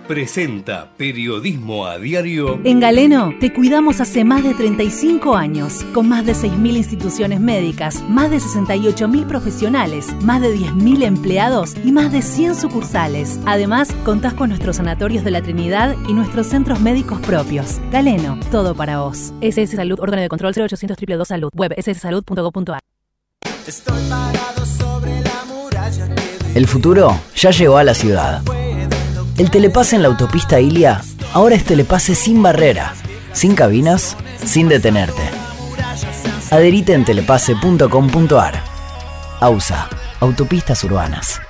presenta Periodismo a Diario. En Galeno te cuidamos hace más de 35 años, con más de 6.000 instituciones médicas, más de 68.000 profesionales, más de 10.000 empleados y más de 100 sucursales. Además, contás con nuestros sanatorios de la Trinidad y nuestros centros médicos propios. Galeno, todo para vos. SS Salud, órgano de control 0800 222 Salud, web sssalud.gov.ar. Estoy parado sobre la muralla. El futuro ya llegó a la ciudad. El telepase en la autopista Ilia ahora es telepase sin barrera, sin cabinas, sin detenerte. Adherite en telepase.com.ar. AUSA, Autopistas Urbanas.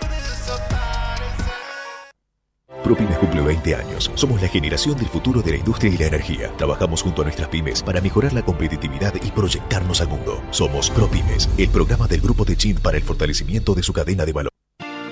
ProPymes cumple 20 años. Somos la generación del futuro de la industria y la energía. Trabajamos junto a nuestras pymes para mejorar la competitividad y proyectarnos al mundo. Somos ProPymes, el programa del Grupo Techint para el fortalecimiento de su cadena de valor.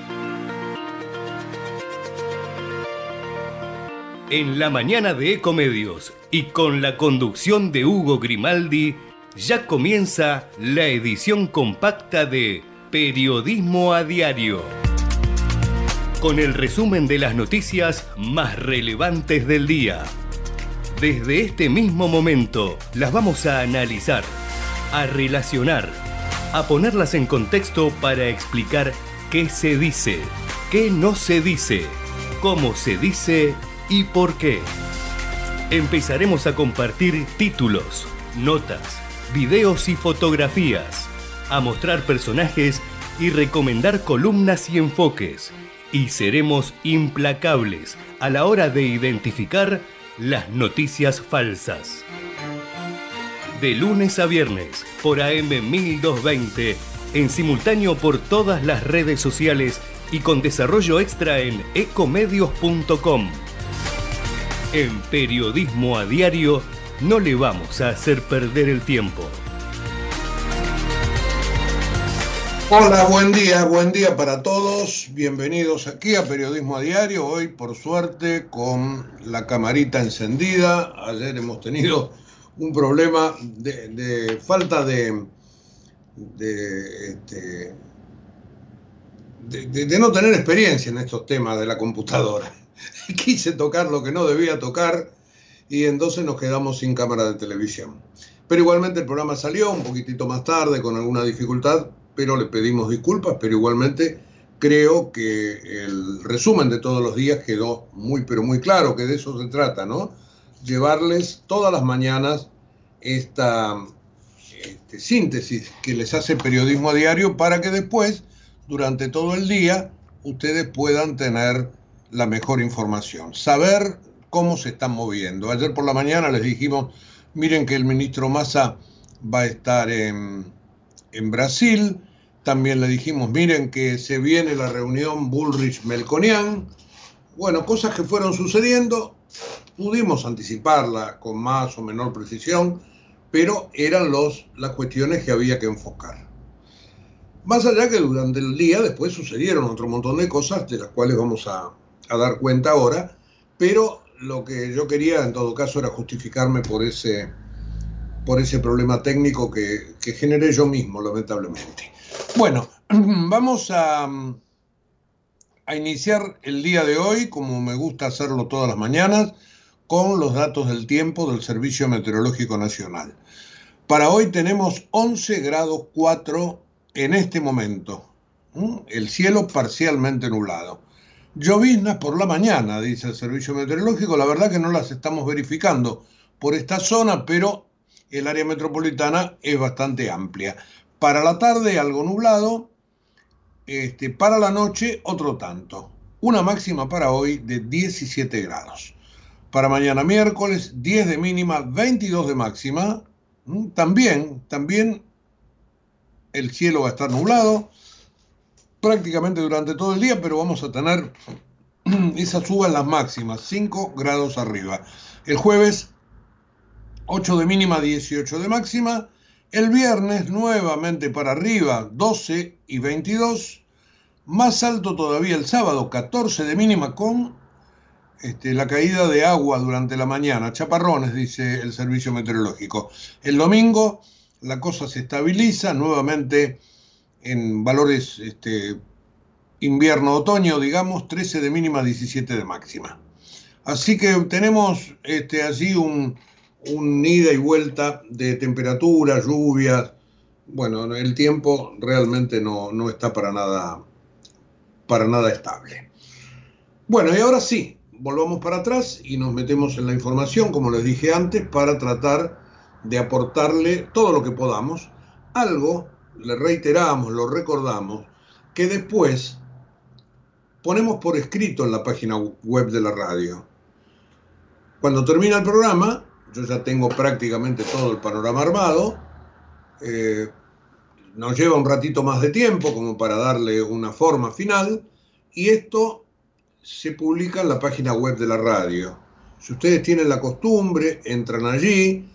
En la mañana de Ecomedios y con la conducción de Hugo Grimaldi, ya comienza la edición compacta de Periodismo a Diario, con el resumen de las noticias más relevantes del día. Desde este mismo momento las vamos a analizar, a relacionar, a ponerlas en contexto para explicar qué se dice, qué no se dice, cómo se dice y por qué. Empezaremos a compartir títulos, notas, videos y fotografías, a mostrar personajes y recomendar columnas y enfoques. Y seremos implacables a la hora de identificar las noticias falsas. De lunes a viernes por AM 1220, en simultáneo por todas las redes sociales y con desarrollo extra en ecomedios.com. En Periodismo a Diario no le vamos a hacer perder el tiempo. Hola, buen día para todos. Bienvenidos aquí a Periodismo a Diario. Hoy, por suerte, con la camarita encendida. Ayer hemos tenido un problema de falta de no tener experiencia en estos temas de la computadora. Quise tocar lo que no debía tocar y entonces nos quedamos sin cámara de televisión. Pero igualmente el programa salió un poquitito más tarde con alguna dificultad, pero le pedimos disculpas, pero igualmente creo que el resumen de todos los días quedó pero muy claro, que de eso se trata, ¿no? Llevarles todas las mañanas esta síntesis que les hace Periodismo a Diario para que después, durante todo el día, ustedes puedan tener la mejor información, saber cómo se están moviendo. Ayer por la mañana les dijimos, miren que el ministro Massa va a estar en Brasil. También le dijimos, miren que se viene la reunión Bullrich-Melconian. Bueno, cosas que fueron sucediendo, pudimos anticiparla con más o menor precisión, pero eran las cuestiones que había que enfocar. Más allá que durante el día después sucedieron otro montón de cosas de las cuales vamos a dar cuenta ahora, pero lo que yo quería en todo caso era justificarme por ese problema técnico que generé yo mismo, lamentablemente. Bueno, vamos a iniciar el día de hoy, como me gusta hacerlo todas las mañanas, con los datos del tiempo del Servicio Meteorológico Nacional. Para hoy tenemos 11 grados 4 en este momento, el cielo parcialmente nublado. Lloviznas por la mañana, dice el Servicio Meteorológico, la verdad que no las estamos verificando por esta zona, pero el área metropolitana es bastante amplia. Para la tarde algo nublado, para la noche otro tanto. Una máxima para hoy de 17 grados. Para mañana miércoles 10 de mínima, 22 de máxima. También el cielo va a estar nublado prácticamente durante todo el día, pero vamos a tener esa suba en las máximas, 5 grados arriba. El jueves 8 de mínima, 18 de máxima. El viernes nuevamente para arriba, 12 y 22. Más alto todavía el sábado, 14 de mínima con la caída de agua durante la mañana. Chaparrones, dice el Servicio Meteorológico. El domingo la cosa se estabiliza nuevamente en valores invierno-otoño, digamos, 13 de mínima, 17 de máxima. Así que tenemos así un ida y vuelta de temperaturas, lluvias. Bueno, el tiempo realmente no está para nada estable. Bueno, y ahora sí, volvamos para atrás y nos metemos en la información, como les dije antes, para tratar de aportarle todo lo que podamos. Algo, le reiteramos, lo recordamos, que después ponemos por escrito en la página web de la radio. Cuando termina el programa, yo ya tengo prácticamente todo el panorama armado. Nos lleva un ratito más de tiempo como para darle una forma final, y esto se publica en la página web de la radio. Si ustedes tienen la costumbre, entran allí,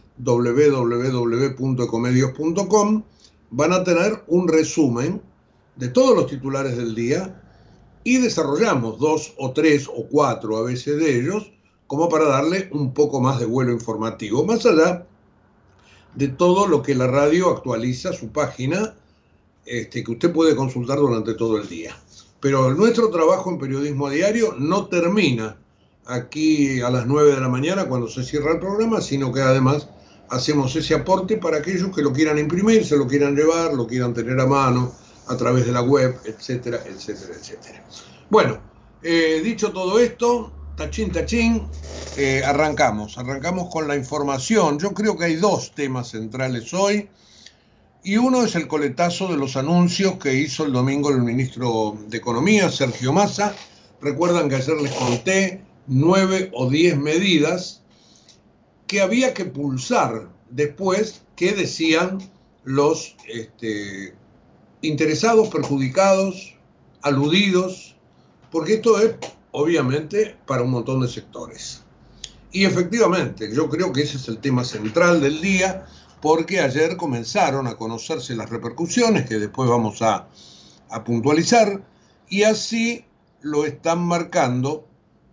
www.ecomedios.com, van a tener un resumen de todos los titulares del día y desarrollamos 2 o 3 o 4 a veces de ellos como para darle un poco más de vuelo informativo, más allá de todo lo que la radio actualiza su página, que usted puede consultar durante todo el día. Pero nuestro trabajo en Periodismo a Diario no termina aquí a las 9 de la mañana cuando se cierra el programa, sino que además hacemos ese aporte para aquellos que lo quieran imprimir, se lo quieran llevar, lo quieran tener a mano a través de la web, etcétera, etcétera, etcétera. Bueno, dicho todo esto, tachín, arrancamos con la información. Yo creo que hay 2 temas centrales hoy, y uno es el coletazo de los anuncios que hizo el domingo el ministro de Economía, Sergio Massa. Recuerdan que ayer les conté 9 o 10 medidas que había que pulsar después, que decían los interesados, perjudicados, aludidos, porque esto es obviamente para un montón de sectores. Y efectivamente, yo creo que ese es el tema central del día, porque ayer comenzaron a conocerse las repercusiones, que después vamos a puntualizar, y así lo están marcando,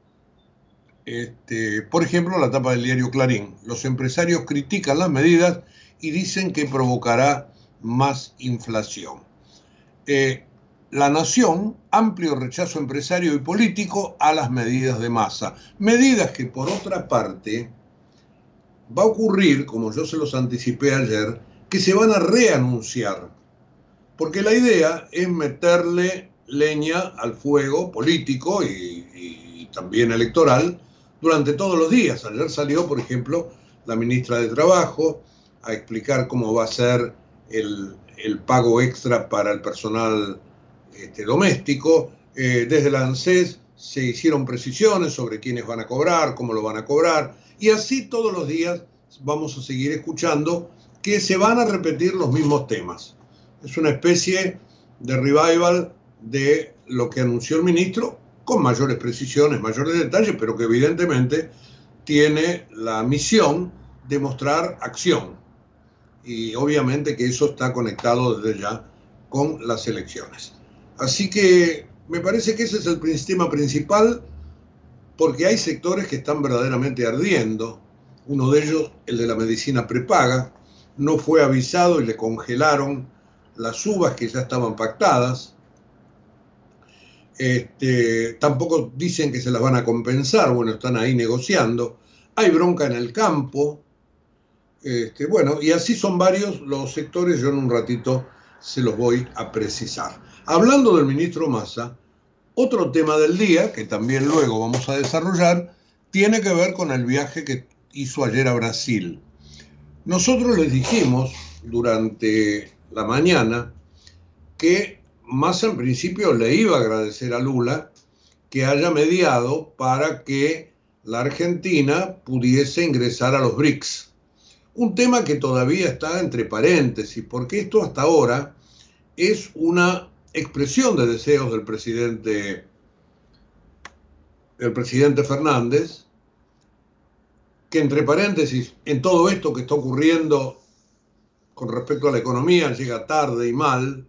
por ejemplo, la tapa del diario Clarín. Los empresarios critican las medidas y dicen que provocará más inflación. La Nación, amplio rechazo empresario y político a las medidas de Massa. Medidas que, por otra parte, va a ocurrir, como yo se los anticipé ayer, que se van a reanunciar. Porque la idea es meterle leña al fuego político y también electoral durante todos los días. Ayer salió, por ejemplo, la ministra de Trabajo a explicar cómo va a ser el pago extra para el personal doméstico. Desde la ANSES se hicieron precisiones sobre quiénes van a cobrar, cómo lo van a cobrar, y así todos los días vamos a seguir escuchando que se van a repetir los mismos temas. Es una especie de revival de lo que anunció el ministro, con mayores precisiones, mayores detalles, pero que evidentemente tiene la misión de mostrar acción. Y obviamente que eso está conectado desde ya con las elecciones. Así que me parece que ese es el tema principal, porque hay sectores que están verdaderamente ardiendo. Uno de ellos, el de la medicina prepaga, no fue avisado y le congelaron las subas que ya estaban pactadas. Tampoco dicen que se las van a compensar, bueno, están ahí negociando. Hay bronca en el campo. Bueno, y así son varios los sectores, yo en un ratito se los voy a precisar. Hablando del ministro Massa, otro tema del día, que también luego vamos a desarrollar, tiene que ver con el viaje que hizo ayer a Brasil. Nosotros les dijimos durante la mañana que Massa en principio le iba a agradecer a Lula que haya mediado para que la Argentina pudiese ingresar a los BRICS. Un tema que todavía está entre paréntesis, porque esto hasta ahora es una expresión de deseos del presidente Fernández, que entre paréntesis, en todo esto que está ocurriendo con respecto a la economía, llega tarde y mal,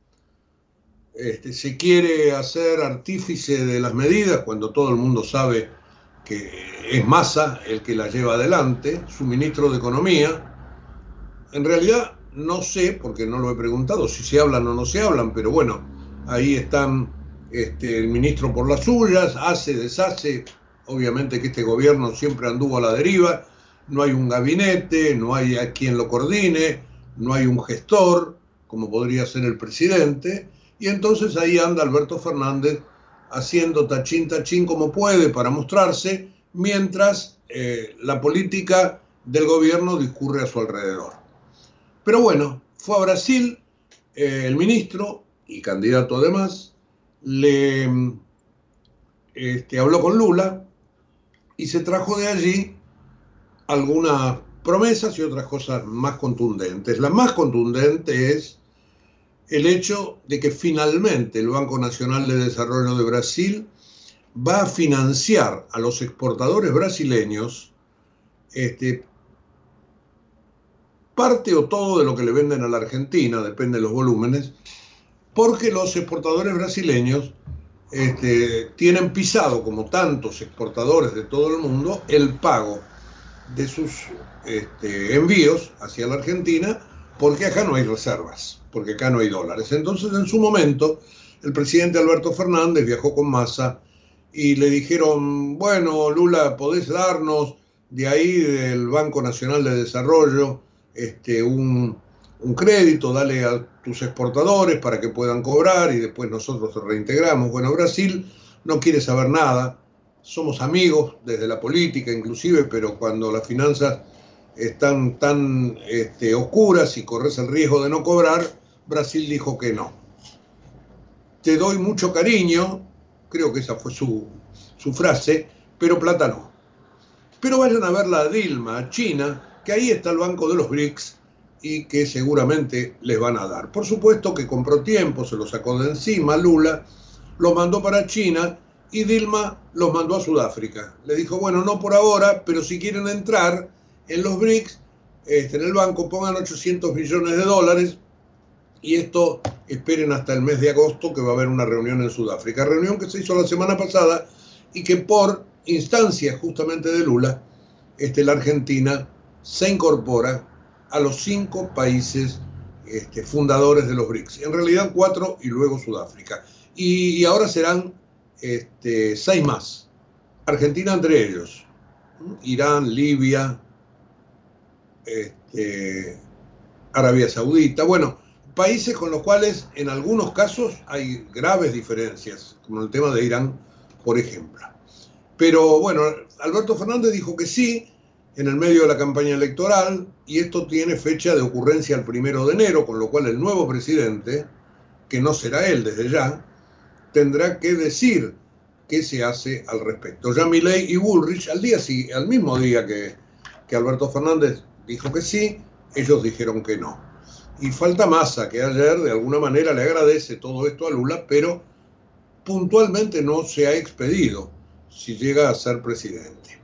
se quiere hacer artífice de las medidas cuando todo el mundo sabe que es Massa el que la lleva adelante, su ministro de Economía. En realidad no sé, porque no lo he preguntado, si se hablan o no se hablan, pero bueno, ahí están el ministro por las suyas, hace, deshace, obviamente que este gobierno siempre anduvo a la deriva, no hay un gabinete, no hay a quien lo coordine, no hay un gestor, como podría ser el presidente, y entonces ahí anda Alberto Fernández haciendo tachín como puede para mostrarse, mientras la política del gobierno discurre a su alrededor. Pero bueno, fue a Brasil, el ministro y candidato además, habló con Lula y se trajo de allí algunas promesas y otras cosas más contundentes. La más contundente es el hecho de que finalmente el Banco Nacional de Desarrollo de Brasil va a financiar a los exportadores brasileños parte o todo de lo que le venden a la Argentina, depende de los volúmenes, porque los exportadores brasileños tienen pisado, como tantos exportadores de todo el mundo, el pago de sus envíos hacia la Argentina, porque acá no hay reservas, porque acá no hay dólares. Entonces, en su momento, el presidente Alberto Fernández viajó con Massa y le dijeron, bueno, Lula, podés darnos de ahí del Banco Nacional de Desarrollo un crédito, dale a tus exportadores para que puedan cobrar y después nosotros te reintegramos. Bueno, Brasil no quiere saber nada, somos amigos desde la política inclusive, pero cuando las finanzas están tan oscuras y corres el riesgo de no cobrar, Brasil dijo que no. Te doy mucho cariño, creo que esa fue su frase, pero plata no. Pero vayan a verla a Dilma, a China, que ahí está el banco de los BRICS y que seguramente les van a dar. Por supuesto que compró tiempo, se lo sacó de encima Lula, lo mandó para China y Dilma los mandó a Sudáfrica. Le dijo, bueno, no por ahora, pero si quieren entrar en los BRICS, en el banco, pongan $800 millones y esto esperen hasta el mes de agosto, que va a haber una reunión en Sudáfrica. Reunión que se hizo la semana pasada y que por instancia justamente de Lula, la Argentina se incorpora a los 5 países fundadores de los BRICS. En realidad 4 y luego Sudáfrica. Y ahora serán 6 más. Argentina entre ellos. Irán, Libia, Arabia Saudita. Bueno, países con los cuales en algunos casos hay graves diferencias, como el tema de Irán, por ejemplo. Pero bueno, Alberto Fernández dijo que sí en el medio de la campaña electoral, y esto tiene fecha de ocurrencia el 1 de enero, con lo cual el nuevo presidente, que no será él desde ya, tendrá que decir qué se hace al respecto. Ya Milei y Bullrich, al mismo día que Alberto Fernández dijo que sí, ellos dijeron que no. Y falta Massa, que ayer de alguna manera le agradece todo esto a Lula, pero puntualmente no se ha expedido si llega a ser presidente.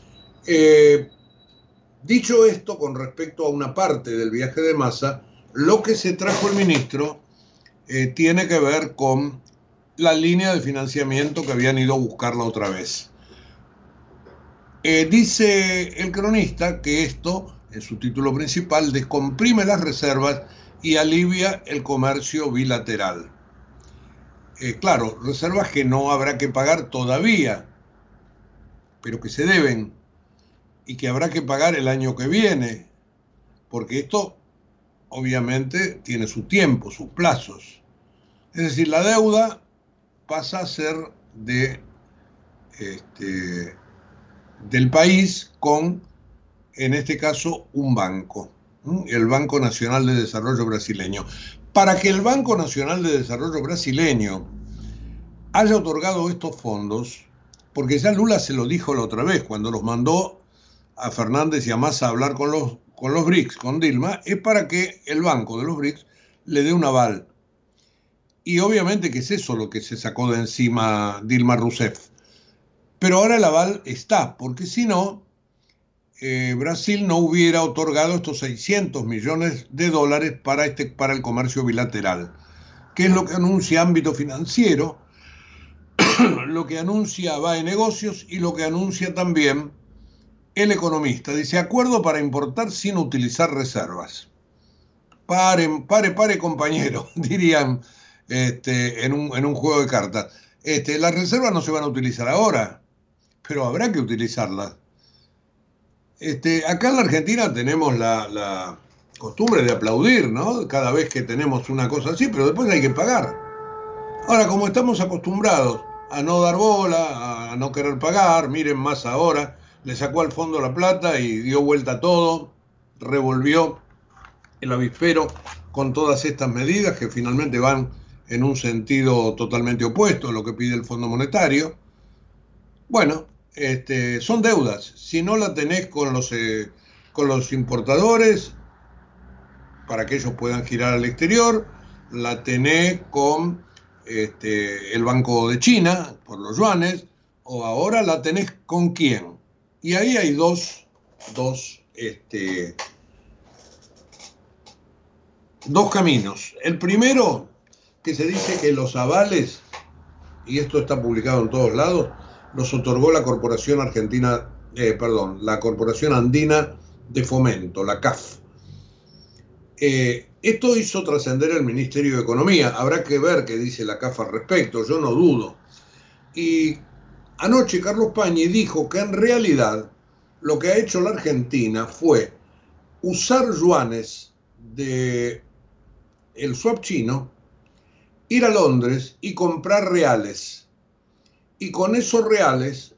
Dicho esto, con respecto a una parte del viaje de Massa, lo que se trajo el ministro tiene que ver con la línea de financiamiento que habían ido a buscarla otra vez. Dice el cronista que esto, en su título principal, descomprime las reservas y alivia el comercio bilateral. Claro, reservas que no habrá que pagar todavía, pero que se deben y que habrá que pagar el año que viene, porque esto obviamente tiene su tiempo, sus plazos. Es decir, la deuda pasa a ser del país con, en este caso, un banco, el Banco Nacional de Desarrollo Brasileño. Para que el Banco Nacional de Desarrollo Brasileño haya otorgado estos fondos, porque ya Lula se lo dijo la otra vez, cuando los mandó a Fernández y a Massa a hablar con los BRICS, con Dilma, es para que el banco de los BRICS le dé un aval. Y obviamente que es eso lo que se sacó de encima Dilma Rousseff. Pero ahora el aval está, porque si no, Brasil no hubiera otorgado estos $600 millones para el comercio bilateral, que es lo que anuncia ámbito financiero, lo que anuncia BAE Negocios y lo que anuncia también El Economista. Dice, acuerdo para importar sin utilizar reservas. Pare, compañero, dirían en un juego de cartas. Las reservas no se van a utilizar ahora. pero habrá que utilizarlas. Acá en la Argentina tenemos la costumbre de aplaudir, ¿no? Cada vez que tenemos una cosa así, pero después hay que pagar. Ahora, como estamos acostumbrados a no dar bola, a no querer pagar, miren más ahora, le sacó al fondo la plata y dio vuelta a todo, revolvió el avispero con todas estas medidas que finalmente van en un sentido totalmente opuesto a lo que pide el Fondo Monetario. Bueno, son deudas. Si no la tenés con los importadores, para que ellos puedan girar al exterior, la tenés con el Banco de China, por los yuanes, o ahora la tenés con quién. Y ahí hay dos caminos. El primero, que se dice que los avales, y esto está publicado en todos lados, los otorgó la Corporación la Corporación Andina de Fomento, la CAF. Esto hizo trascender el Ministerio de Economía. Habrá que ver qué dice la CAF al respecto, yo no dudo. Y anoche Carlos Pañi dijo que en realidad lo que ha hecho la Argentina fue usar yuanes del swap chino, ir a Londres y comprar reales. Y con esos reales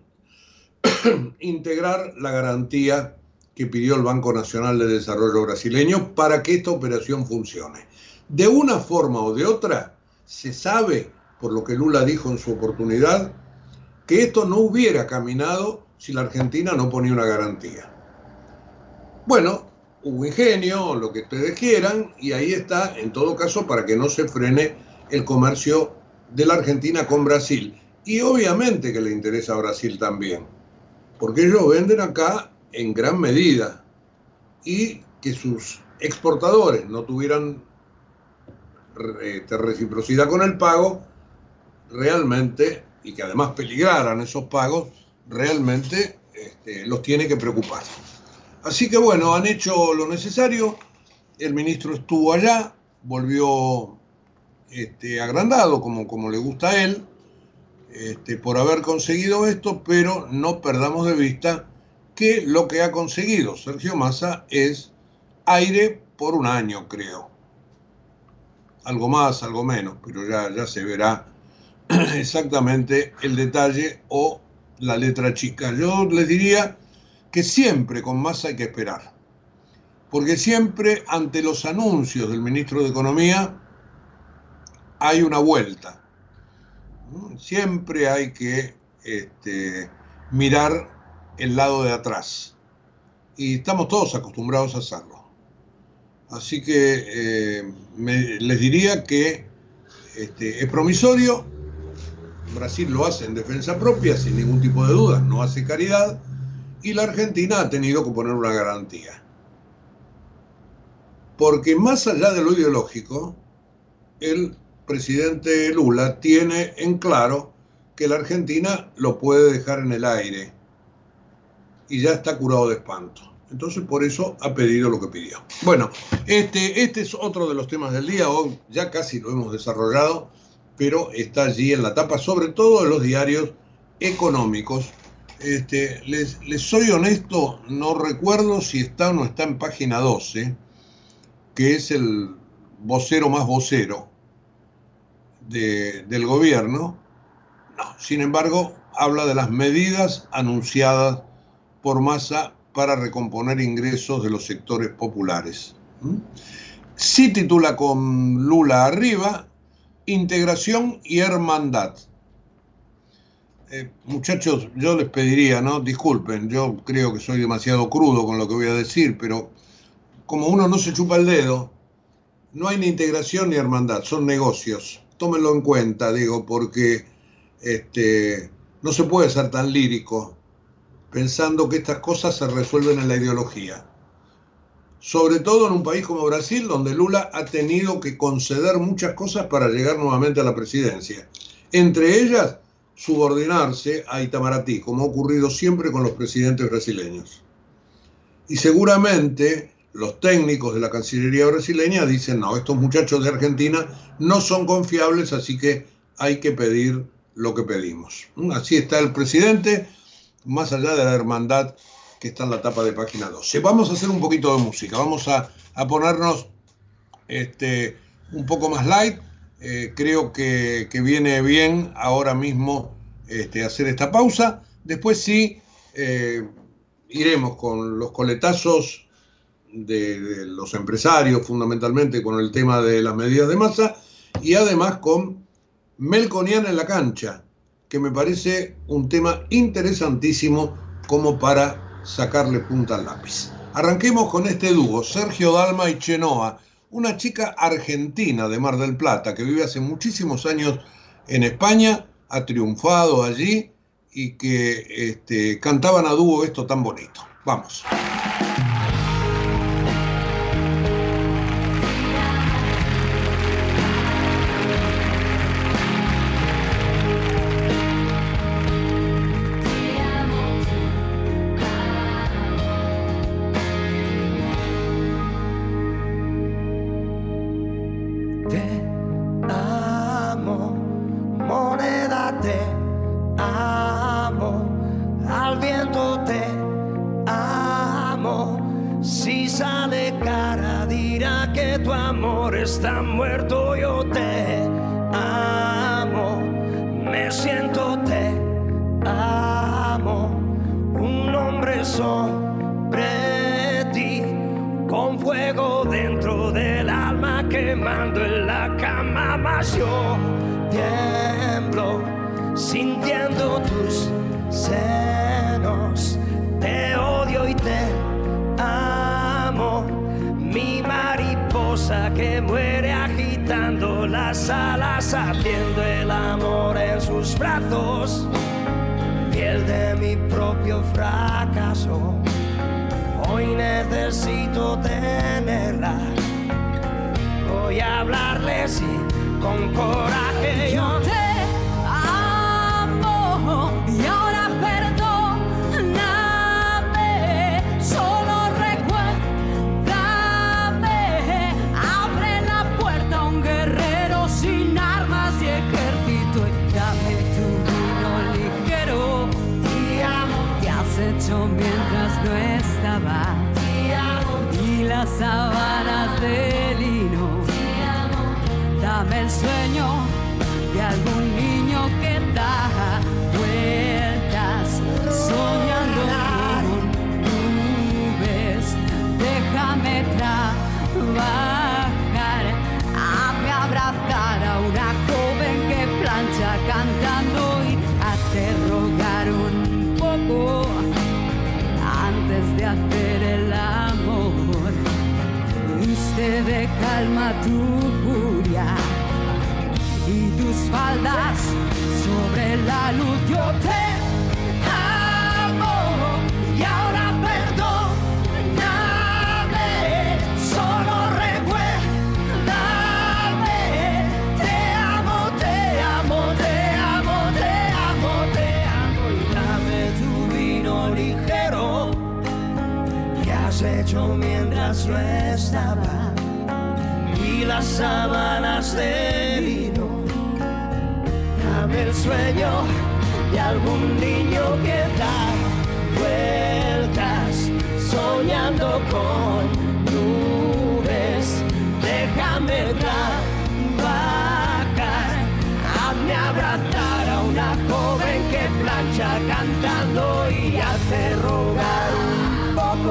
integrar la garantía que pidió el Banco Nacional de Desarrollo brasileño para que esta operación funcione. De una forma o de otra, se sabe, por lo que Lula dijo en su oportunidad, que esto no hubiera caminado si la Argentina no ponía una garantía. Bueno, hubo ingenio, lo que ustedes quieran, y ahí está, en todo caso, para que no se frene el comercio de la Argentina con Brasil. Y obviamente que le interesa a Brasil también, porque ellos venden acá en gran medida, y que sus exportadores no tuvieran reciprocidad con el pago, realmente, y que además peligraran esos pagos, realmente los tiene que preocupar. Así que bueno, han hecho lo necesario, el ministro estuvo allá, volvió agrandado, como le gusta a él, por haber conseguido esto, pero no perdamos de vista que lo que ha conseguido Sergio Massa es aire por un año, creo. Algo más, algo menos, pero ya se verá exactamente el detalle o la letra chica. Yo les diría que siempre con Massa hay que esperar, porque siempre ante los anuncios del ministro de Economía hay una vuelta. Siempre hay que mirar el lado de atrás, y estamos todos acostumbrados a hacerlo. Así que les diría que es promisorio. Brasil lo hace en defensa propia, sin ningún tipo de duda, no hace caridad, y la Argentina ha tenido que poner una garantía. Porque más allá de lo ideológico, el presidente Lula tiene en claro que la Argentina lo puede dejar en el aire, y ya está curado de espanto. Entonces, por eso ha pedido lo que pidió. Bueno, este es otro de los temas del día. Hoy ya casi lo hemos desarrollado, pero está allí en la tapa, sobre todo de los diarios económicos. Les soy honesto, no recuerdo si está o no está en página 12, que es el vocero más vocero del gobierno. No, sin embargo, habla de las medidas anunciadas por Massa para recomponer ingresos de los sectores populares. Sí titula con Lula arriba, integración y hermandad. Muchachos, yo les pediría, ¿no? Disculpen, yo creo que soy demasiado crudo con lo que voy a decir, pero como uno no se chupa el dedo, no hay ni integración ni hermandad, son negocios. Tómenlo en cuenta, digo, porque no se puede ser tan lírico pensando que estas cosas se resuelven en la ideología. Sobre todo en un país como Brasil, donde Lula ha tenido que conceder muchas cosas para llegar nuevamente a la presidencia. Entre ellas, subordinarse a Itamaraty, como ha ocurrido siempre con los presidentes brasileños. Y seguramente los técnicos de la Cancillería brasileña dicen, no, estos muchachos de Argentina no son confiables, así que hay que pedir lo que pedimos. Así está el presidente, más allá de la hermandad que está en la tapa de página 12. Vamos a hacer un poquito de música, vamos a ponernos un poco más light. Creo que viene bien ahora mismo hacer esta pausa. Después sí iremos con los coletazos de los empresarios, fundamentalmente con el tema de las medidas de masa, y además con Melconian en la cancha, que me parece un tema interesantísimo como para sacarle punta al lápiz. Arranquemos con este dúo, Sergio Dalma y Chenoa, una chica argentina de Mar del Plata que vive hace muchísimos años en España, ha triunfado allí y que cantaban a dúo esto tan bonito. Vamos. Está muerto, yo te amo, me siento, te amo, un hombre sobre ti, con fuego dentro del alma, quemando en la cama, mas yo tiemblo, sintiendo tus senos, te odio y te amo, mi mariposa que muere agitando las alas, ardiendo el amor en sus brazos, piel de mi propio fracaso. Hoy necesito tenerla, voy a hablarle sí, con coraje. Yo te amo y ahora perdóname, solo recuérdame, abre la puerta a un guerrero sin armas y ejército y dame tu vino ligero. Te amo, te has hecho mientras no estaba, te amo, y las sábanas de lino, te amo, dame el sueño de algún niño que da vueltas soñando con nubes. Déjame trabajar, hazme abrazar a una joven que plancha cantando y hazte rogar un poco antes de hacer el amor. Viste de calma tu furia y tus faldas sobre la luz. Yo te amo y ahora perdóname, solo recuérdame. Te amo, te amo, te amo, te amo, te amo. Y dame tu vino ligero que has hecho mientras no estaba, y las sábanas de lino. Dame el sueño de algún niño que da vueltas soñando con nubes. Déjame trabajar, hazme abrazar a una joven que plancha cantando y hace rogar un poco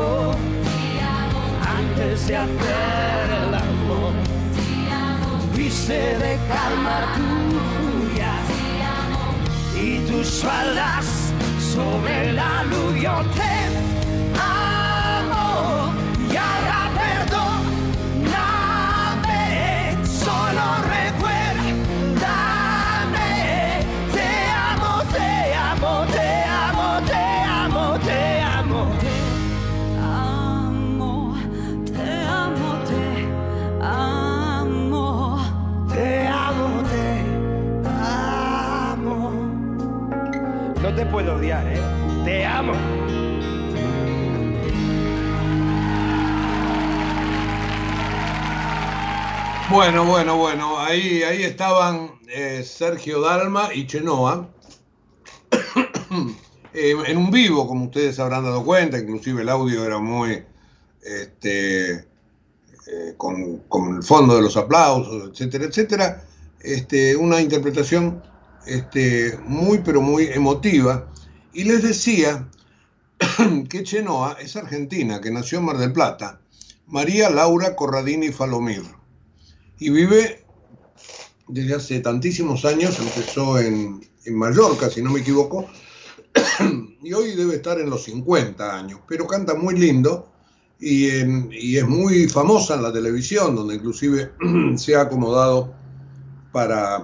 antes de hacer el amor. Viste de calma tu furia y tus faldas sobre la luz. Yo te amo y ahora perdóname, solo recuérdame. Te amo, te amo, te amo, te amo, te amo. Te amo, te amo, te amo. Te amo, te amo. No te puedo odiar, te amo. Bueno. Ahí estaban Sergio Dalma y Chenoa en un vivo, como ustedes habrán dado cuenta. Inclusive el audio era muy con el fondo de los aplausos, etcétera. Una interpretación muy, pero muy emotiva. Y les decía que Chenoa es argentina, que nació en Mar del Plata, María Laura Corradini Falomir, y vive desde hace tantísimos años. Empezó en Mallorca, si no me equivoco, y hoy debe estar en los 50 años, pero canta muy lindo y es muy famosa en la televisión, donde inclusive se ha acomodado para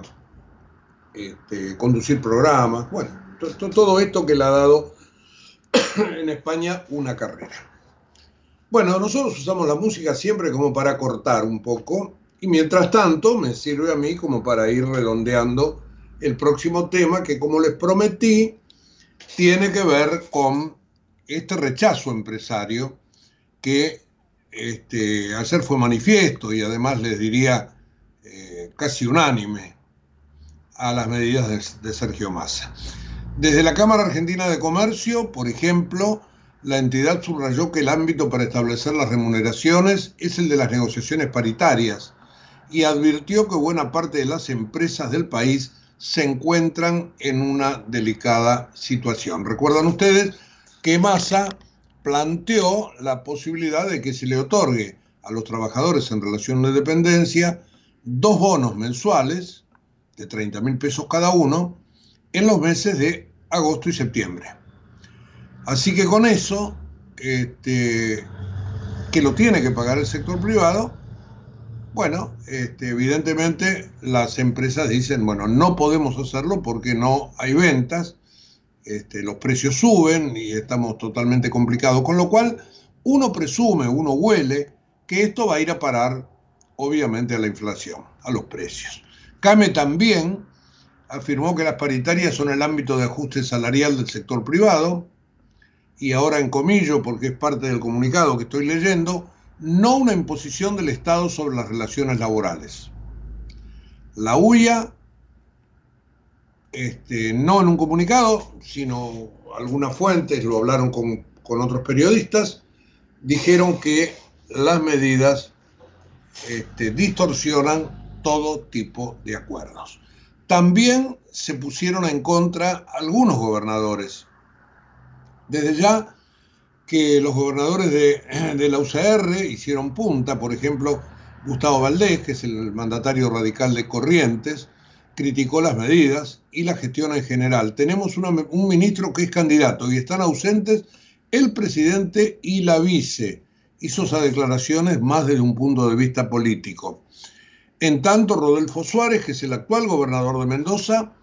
conducir programas. Bueno, todo esto que le ha dado en España una carrera. Bueno, nosotros usamos la música siempre como para cortar un poco, y mientras tanto me sirve a mí como para ir redondeando el próximo tema, que, como les prometí, tiene que ver con este rechazo empresario que ayer fue manifiesto, y además les diría casi unánime, a las medidas de Sergio Massa. Desde la Cámara Argentina de Comercio, por ejemplo, la entidad subrayó que el ámbito para establecer las remuneraciones es el de las negociaciones paritarias, y advirtió que buena parte de las empresas del país se encuentran en una delicada situación. Recuerdan ustedes que Massa planteó la posibilidad de que se le otorgue a los trabajadores en relación de dependencia 2 bonos mensuales de 30.000 pesos cada uno en los meses de agosto y septiembre. Así que con eso, que lo tiene que pagar el sector privado, bueno, evidentemente las empresas dicen, bueno, no podemos hacerlo porque no hay ventas, los precios suben y estamos totalmente complicados, con lo cual uno presume, uno huele que esto va a ir a parar, obviamente, a la inflación, a los precios. Came también afirmó que las paritarias son el ámbito de ajuste salarial del sector privado, y ahora encomillo porque es parte del comunicado que estoy leyendo, no una imposición del Estado sobre las relaciones laborales. La UIA, no en un comunicado, sino algunas fuentes, lo hablaron con otros periodistas, dijeron que las medidas distorsionan todo tipo de acuerdos. También se pusieron en contra algunos gobernadores. Desde ya que los gobernadores de la UCR hicieron punta. Por ejemplo, Gustavo Valdés, que es el mandatario radical de Corrientes, criticó las medidas y la gestión en general. Tenemos un ministro que es candidato y están ausentes el presidente y la vice. Hizo esas declaraciones más desde un punto de vista político. En tanto, Rodolfo Suárez, que es el actual gobernador de Mendoza,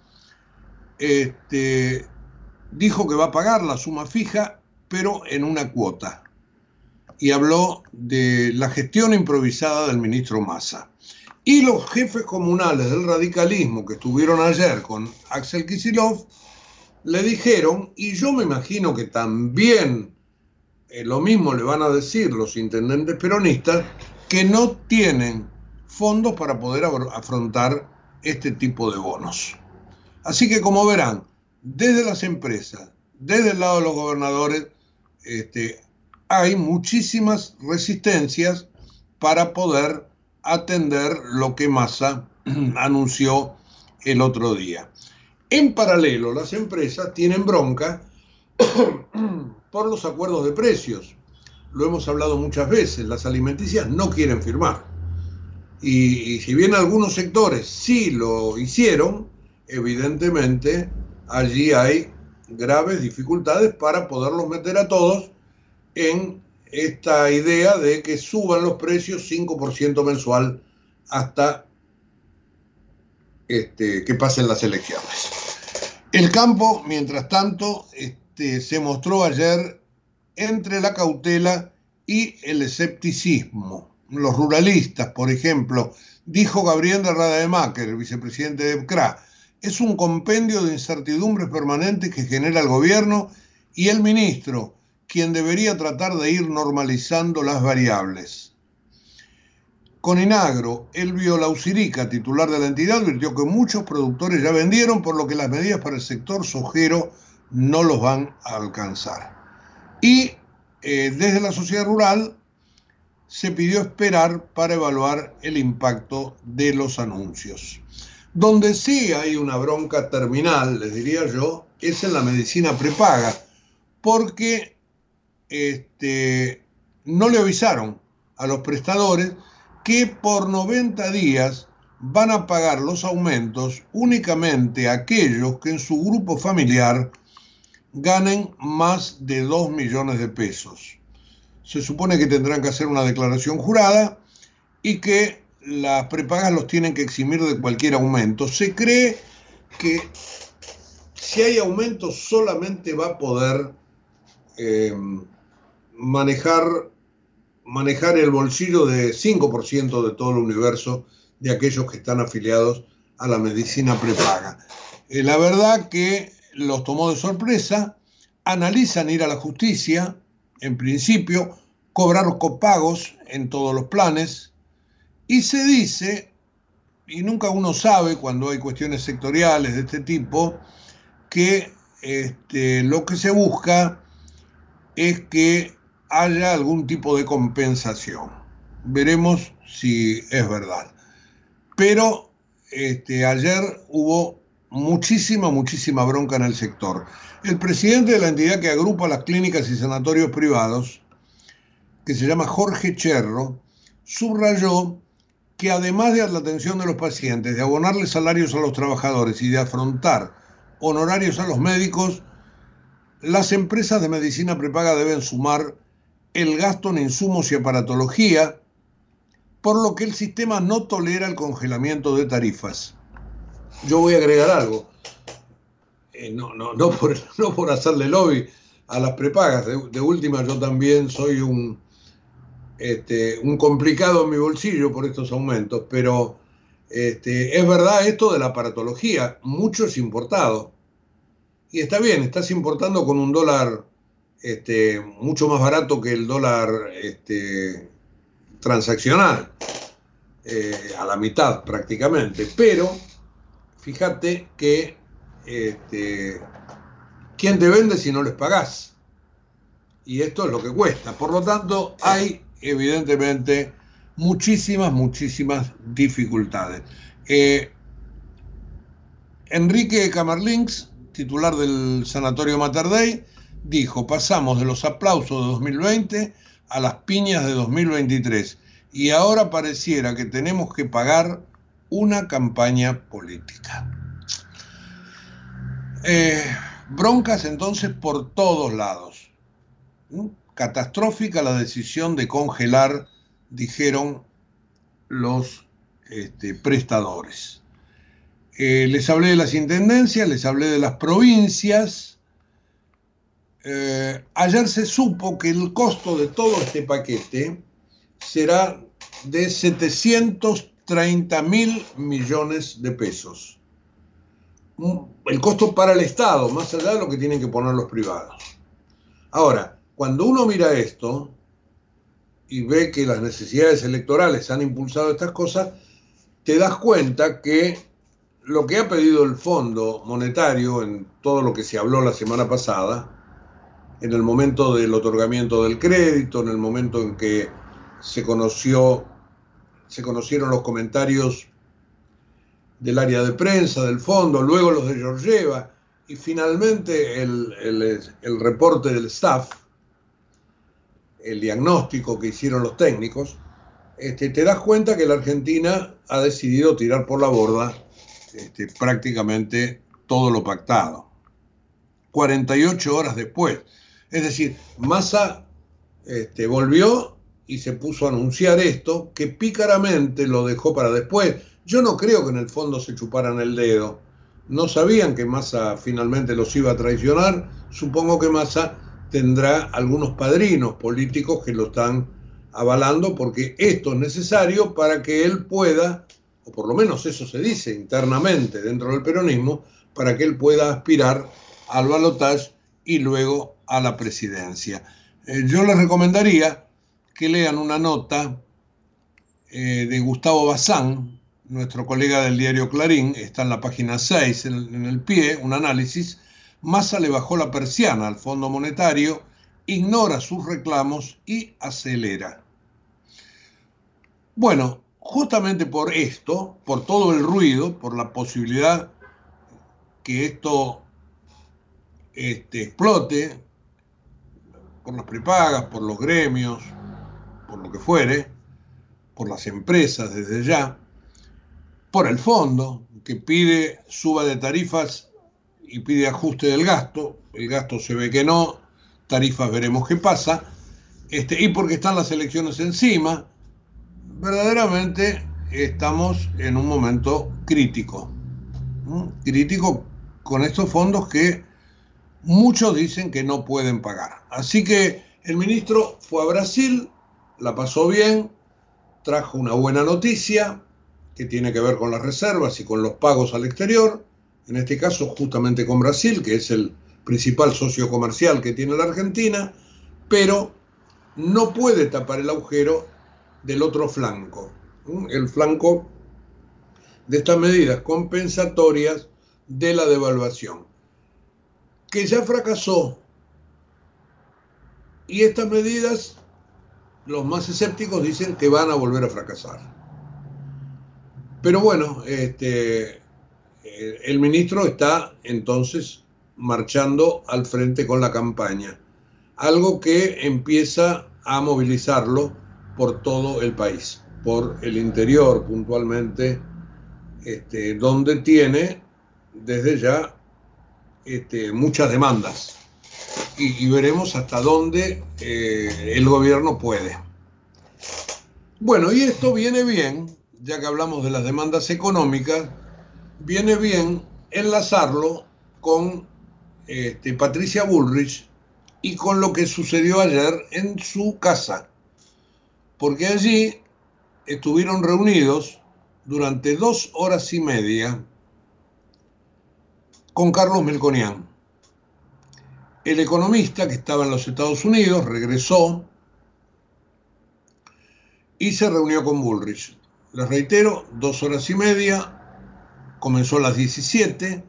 dijo que va a pagar la suma fija, pero en una cuota. Y habló de la gestión improvisada del ministro Massa. Y los jefes comunales del radicalismo que estuvieron ayer con Axel Kicillof le dijeron, y yo me imagino que también lo mismo le van a decir los intendentes peronistas, que no tienen fondos para poder afrontar este tipo de bonos. Así que, como verán, desde las empresas, desde el lado de los gobernadores, hay muchísimas resistencias para poder atender lo que Massa anunció el otro día. En paralelo, las empresas tienen bronca por los acuerdos de precios. Lo hemos hablado muchas veces, las alimenticias no quieren firmar. Y si bien algunos sectores sí lo hicieron, evidentemente allí hay graves dificultades para poderlos meter a todos en esta idea de que suban los precios 5% mensual hasta que pasen las elecciones. El campo, mientras tanto, se mostró ayer entre la cautela y el escepticismo. Los ruralistas, por ejemplo, dijo Gabriel de Rademacher, el vicepresidente de CRA, es un compendio de incertidumbres permanentes que genera el gobierno y el ministro, quien debería tratar de ir normalizando las variables. Coninagro, Elvio Lausirica, titular de la entidad, advirtió que muchos productores ya vendieron, por lo que las medidas para el sector sojero no los van a alcanzar. Y desde la sociedad rural se pidió esperar para evaluar el impacto de los anuncios. Donde sí hay una bronca terminal, les diría yo, es en la medicina prepaga, porque no le avisaron a los prestadores que por 90 días van a pagar los aumentos únicamente a aquellos que en su grupo familiar ganen más de 2 millones de pesos. Se supone que tendrán que hacer una declaración jurada y que las prepagas los tienen que eximir de cualquier aumento. Se cree que si hay aumento solamente va a poder manejar el bolsillo de 5% de todo el universo de aquellos que están afiliados a la medicina prepaga. La verdad que los tomó de sorpresa, analizan ir a la justicia, en principio, cobrar copagos en todos los planes, y se dice, y nunca uno sabe cuando hay cuestiones sectoriales de este tipo, que lo que se busca es que haya algún tipo de compensación. Veremos si es verdad. Pero ayer hubo muchísima bronca en el sector. El presidente de la entidad que agrupa las clínicas y sanatorios privados, que se llama Jorge Cherro, subrayó que además de la atención de los pacientes, de abonarle salarios a los trabajadores y de afrontar honorarios a los médicos, las empresas de medicina prepaga deben sumar el gasto en insumos y aparatología, por lo que el sistema no tolera el congelamiento de tarifas. Yo voy a agregar algo, no por hacerle lobby a las prepagas, de última yo también soy un complicado en mi bolsillo por estos aumentos, pero es verdad esto de la aparatología, mucho es importado. Y está bien, estás importando con un dólar mucho más barato que el dólar transaccional, a la mitad prácticamente, pero fíjate que ¿quién te vende si no les pagás? Y esto es lo que cuesta. Por lo tanto, hay evidentemente muchísimas dificultades. Enrique Camerlinx, titular del Sanatorio Mater Dei, dijo: pasamos de los aplausos de 2020 a las piñas de 2023 y ahora pareciera que tenemos que pagar una campaña política. Broncas entonces por todos lados. Catastrófica la decisión de congelar, dijeron los prestadores. Les hablé de las intendencias, les hablé de las provincias. Ayer se supo que el costo de todo este paquete será de 730.000 millones de pesos. El costo para el Estado, más allá de lo que tienen que poner los privados. Ahora, cuando uno mira esto y ve que las necesidades electorales han impulsado estas cosas, te das cuenta que lo que ha pedido el Fondo Monetario en todo lo que se habló la semana pasada, en el momento del otorgamiento del crédito, en el momento en que se conocieron los comentarios del área de prensa del fondo, luego los de Georgieva y finalmente el reporte del staff, el diagnóstico que hicieron los técnicos, te das cuenta que la Argentina ha decidido tirar por la borda prácticamente todo lo pactado. 48 horas después. Es decir, Massa volvió y se puso a anunciar esto, que pícaramente lo dejó para después. Yo no creo que en el fondo se chuparan el dedo. No sabían que Massa finalmente los iba a traicionar. Supongo que Massa tendrá algunos padrinos políticos que lo están avalando, porque esto es necesario para que él pueda, o por lo menos eso se dice internamente dentro del peronismo, para que él pueda aspirar al balotaje y luego a la presidencia. Yo les recomendaría que lean una nota de Gustavo Bazán, nuestro colega del diario Clarín, está en la página 6, en el pie, un análisis. Massa le bajó la persiana al Fondo Monetario, ignora sus reclamos y acelera. Bueno, justamente por esto, por todo el ruido, por la posibilidad que esto explote, por las prepagas, por los gremios, por lo que fuere, por las empresas desde ya, por el fondo, que pide suba de tarifas y pide ajuste del gasto. El gasto se ve que no, tarifas veremos qué pasa, y porque están las elecciones encima. Verdaderamente estamos en un momento crítico, crítico con estos fondos que muchos dicen que no pueden pagar. Así que el ministro fue a Brasil, la pasó bien, trajo una buena noticia que tiene que ver con las reservas y con los pagos al exterior, en este caso justamente con Brasil, que es el principal socio comercial que tiene la Argentina, pero no puede tapar el agujero del otro flanco, el flanco de estas medidas compensatorias de la devaluación, que ya fracasó. Y estas medidas, los más escépticos dicen que van a volver a fracasar. Pero bueno, el ministro está entonces marchando al frente con la campaña, algo que empieza a movilizarlo por todo el país, por el interior puntualmente, donde tiene desde ya muchas demandas, y veremos hasta dónde el gobierno puede. Bueno, y esto viene bien, ya que hablamos de las demandas económicas, viene bien enlazarlo con Patricia Bullrich y con lo que sucedió ayer en su casa, porque allí estuvieron reunidos durante 2 horas y media con Carlos Melconian. El economista que estaba en los Estados Unidos regresó y se reunió con Bullrich. Les reitero, 2 horas y media, comenzó a las 17,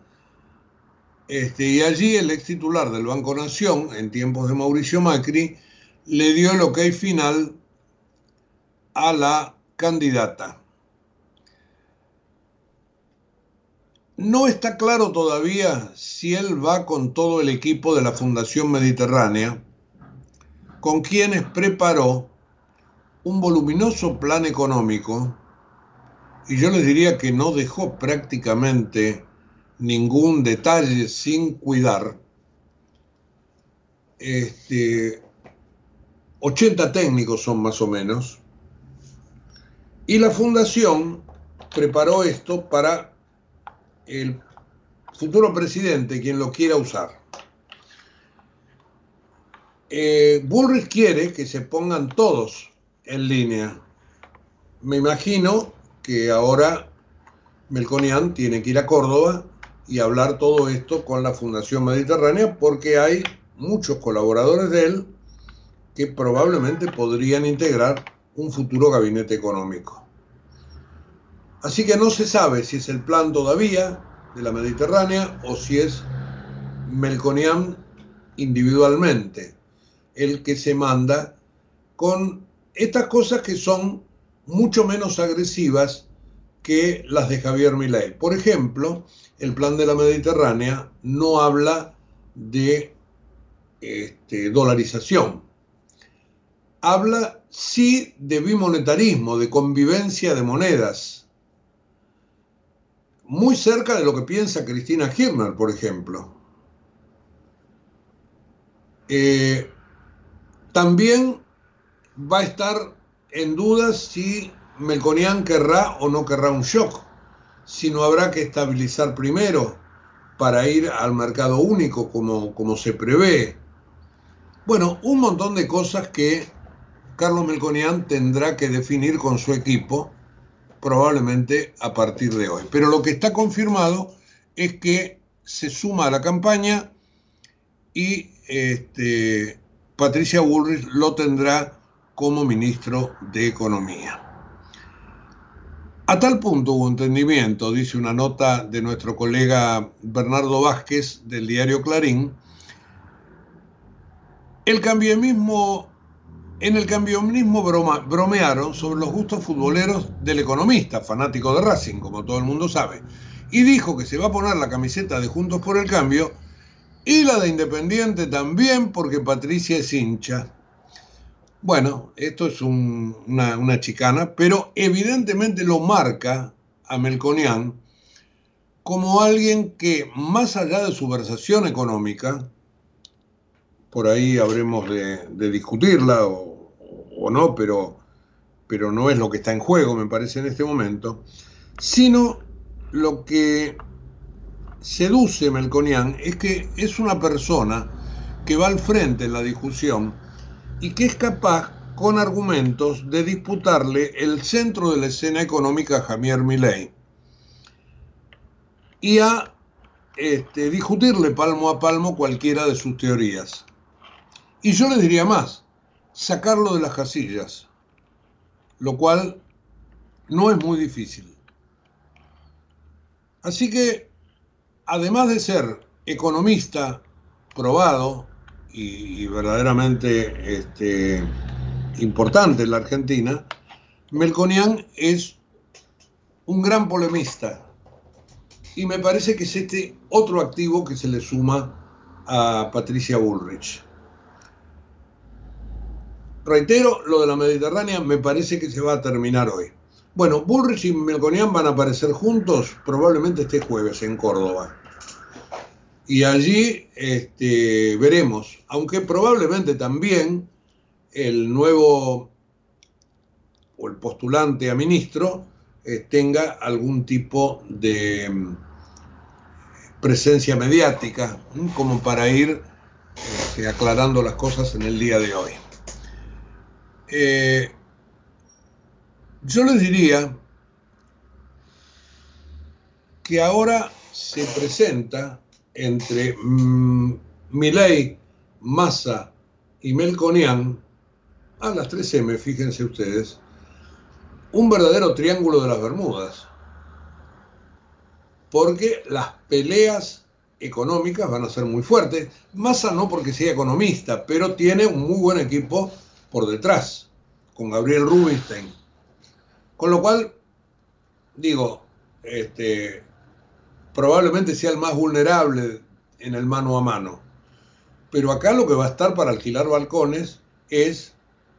y allí el ex titular del Banco Nación, en tiempos de Mauricio Macri, le dio el ok final a la candidata. No está claro todavía si él va con todo el equipo de la Fundación Mediterránea, con quienes preparó un voluminoso plan económico, y yo les diría que no dejó prácticamente ningún detalle sin cuidar. 80 técnicos son más o menos, y la Fundación preparó esto para el futuro presidente, quien lo quiera usar. Bullrich quiere que se pongan todos en línea. Me imagino que ahora Melconian tiene que ir a Córdoba y hablar todo esto con la Fundación Mediterránea, porque hay muchos colaboradores de él que probablemente podrían integrar un futuro gabinete económico. Así que no se sabe si es el plan todavía de la Mediterránea o si es Melconian individualmente el que se manda con estas cosas que son mucho menos agresivas que las de Javier Milei. Por ejemplo, el plan de la Mediterránea no habla de dolarización. Habla sí de bimonetarismo, de convivencia de monedas, muy cerca de lo que piensa Cristina Kirchner, por ejemplo. También va a estar en duda si Melconian querrá o no querrá un shock, si no habrá que estabilizar primero para ir al mercado único como se prevé. Bueno, un montón de cosas que Carlos Melconian tendrá que definir con su equipo, probablemente a partir de hoy. Pero lo que está confirmado es que se suma a la campaña y Patricia Bullrich lo tendrá como ministro de Economía. A tal punto hubo entendimiento, dice una nota de nuestro colega Bernardo Vázquez del diario Clarín, en el cambianismo bromearon sobre los gustos futboleros del economista, fanático de Racing, como todo el mundo sabe, y dijo que se va a poner la camiseta de Juntos por el Cambio y la de Independiente también, porque Patricia es hincha. Bueno, esto es una chicana, pero evidentemente lo marca a Melconian como alguien que, más allá de su versación económica, por ahí habremos de discutirla o no, pero no es lo que está en juego, me parece, en este momento, sino lo que seduce Melconian es que es una persona que va al frente en la discusión y que es capaz, con argumentos, de disputarle el centro de la escena económica a Javier Milei y a discutirle palmo a palmo cualquiera de sus teorías. Y yo les diría más, sacarlo de las casillas, lo cual no es muy difícil. Así que, además de ser economista probado y verdaderamente importante en la Argentina, Melconian es un gran polemista. Y me parece que es otro activo que se le suma a Patricia Bullrich. Reitero, lo de la Mediterránea me parece que se va a terminar hoy. Bueno, Bullrich y Melconian van a aparecer juntos probablemente este jueves en Córdoba. Y allí veremos, aunque probablemente también el nuevo o el postulante a ministro tenga algún tipo de presencia mediática, como para ir aclarando las cosas en el día de hoy. Yo les diría que ahora se presenta entre Milei, Massa y Melconian, a las 3M, fíjense ustedes, un verdadero triángulo de las Bermudas, porque las peleas económicas van a ser muy fuertes. Massa no porque sea economista, pero tiene un muy buen equipo por detrás, con Gabriel Rubinstein. Con lo cual, digo, probablemente sea el más vulnerable en el mano a mano. Pero acá lo que va a estar para alquilar balcones es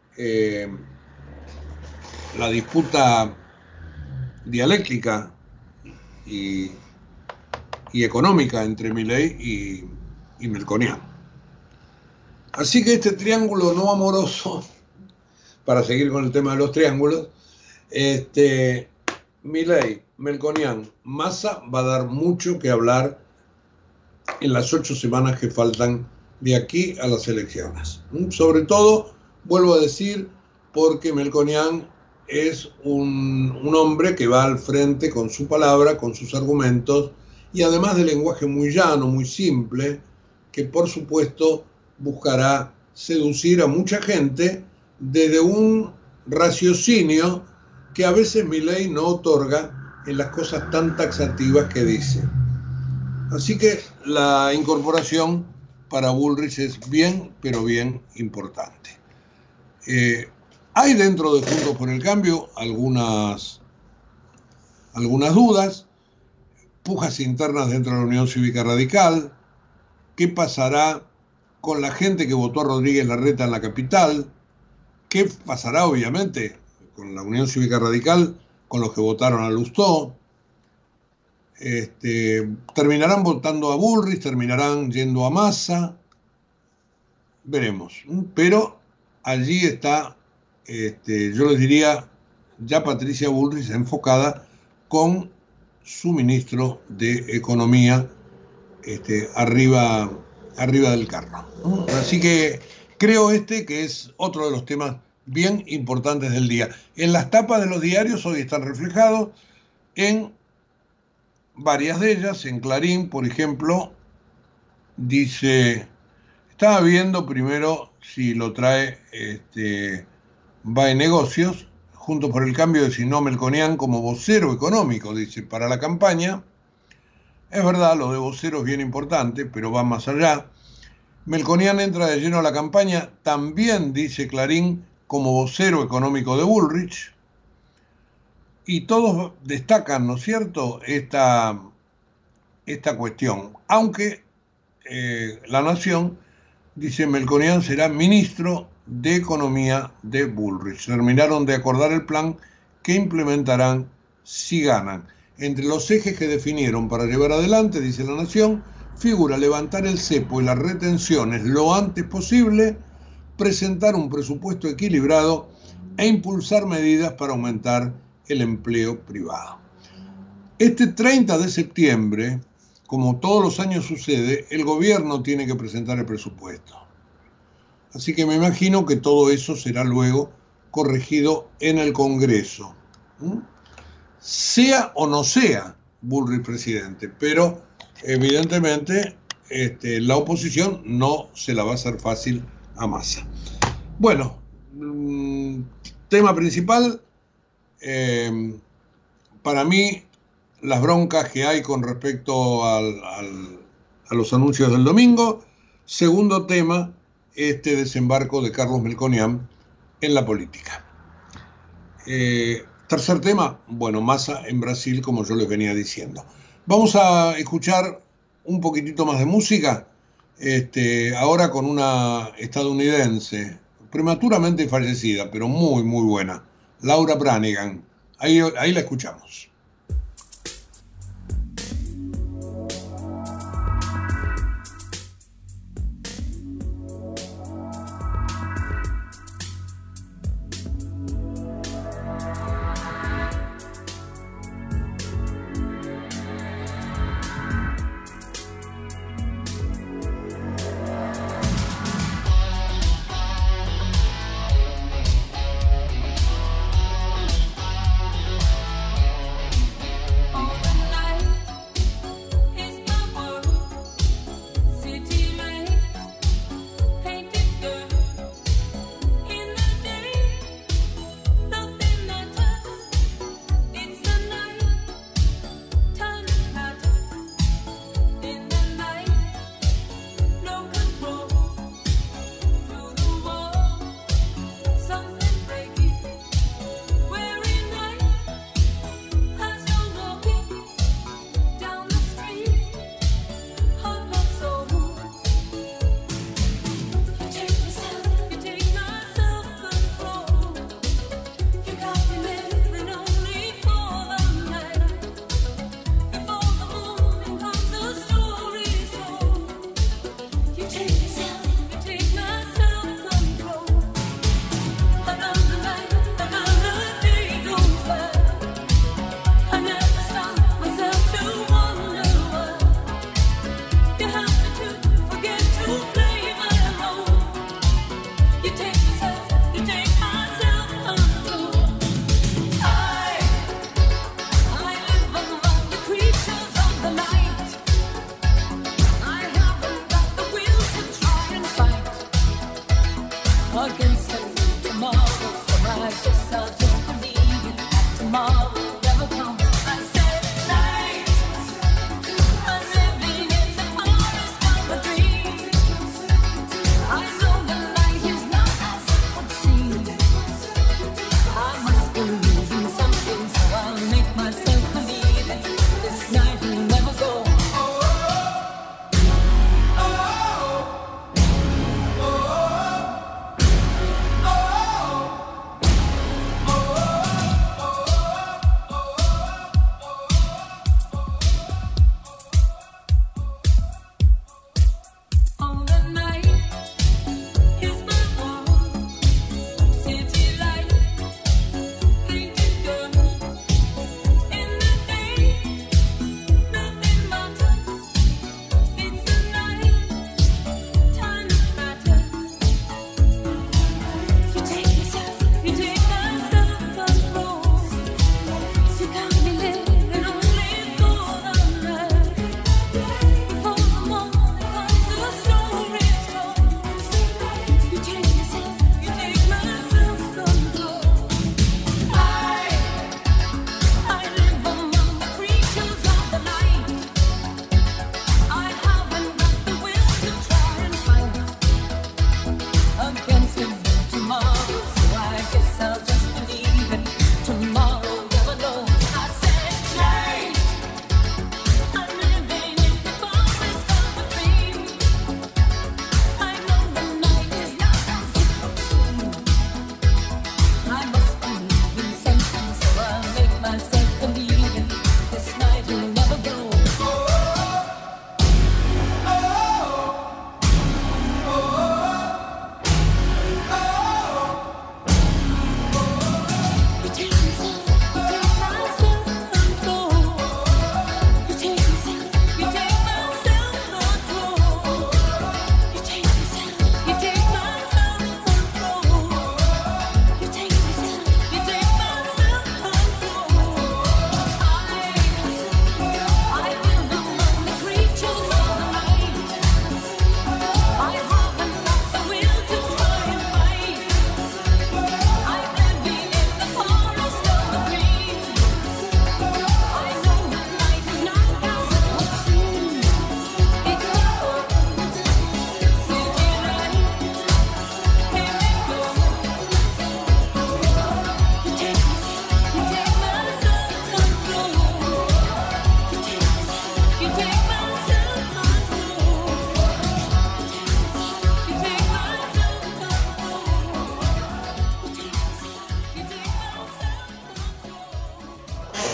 la disputa dialéctica y económica entre Milei y Melconian. Así que este triángulo no amoroso, para seguir con el tema de los triángulos, Milei, Melconian, Massa va a dar mucho que hablar en las 8 semanas que faltan de aquí a las elecciones. Sobre todo, vuelvo a decir, porque Melconian es un hombre que va al frente con su palabra, con sus argumentos, y además de lenguaje muy llano, muy simple, que por supuesto buscará seducir a mucha gente desde un raciocinio que a veces Milei no otorga en las cosas tan taxativas que dice. Así que la incorporación para Bullrich es bien, pero bien importante. Hay dentro de Juntos por el Cambio algunas dudas, pujas internas dentro de la Unión Cívica Radical. ¿Qué pasará con la gente que votó a Rodríguez Larreta en la capital? ¿Qué pasará, obviamente, con la Unión Cívica Radical, con los que votaron a Lustó? ¿Terminarán votando a Bullrich? ¿Terminarán yendo a Massa? Veremos. Pero allí está, yo les diría, ya Patricia Bullrich enfocada con su ministro de Economía arriba del carro. Así que creo que es otro de los temas bien importantes del día. En las tapas de los diarios hoy están reflejados en varias de ellas. En Clarín, por ejemplo, dice, estaba viendo primero si lo trae BAE Negocios Juntos por el Cambio designó a Melconian como vocero económico, dice, para la campaña. Es verdad, lo de vocero es bien importante, pero va más allá. Melconian entra de lleno a la campaña, también, dice Clarín, como vocero económico de Bullrich. Y todos destacan, ¿no es cierto?, esta cuestión. Aunque La Nación dice Melconian será ministro de Economía de Bullrich. Terminaron de acordar el plan que implementarán si ganan. Entre los ejes que definieron para llevar adelante, dice La Nación, figura levantar el cepo y las retenciones lo antes posible, presentar un presupuesto equilibrado e impulsar medidas para aumentar el empleo privado. Este 30 de septiembre, como todos los años sucede, el gobierno tiene que presentar el presupuesto. Así que me imagino que todo eso será luego corregido en el Congreso. Sea o no sea Bullrich presidente, pero evidentemente la oposición no se la va a hacer fácil a Massa. Bueno, tema principal, para mí, las broncas que hay con respecto a los anuncios del domingo. Segundo tema, este desembarco de Carlos Melconian en la política. Tercer tema, bueno, Massa en Brasil, como yo les venía diciendo. Vamos a escuchar un poquitito más de música, ahora con una estadounidense, prematuramente fallecida, pero muy, muy buena, Laura Branigan. Ahí la escuchamos.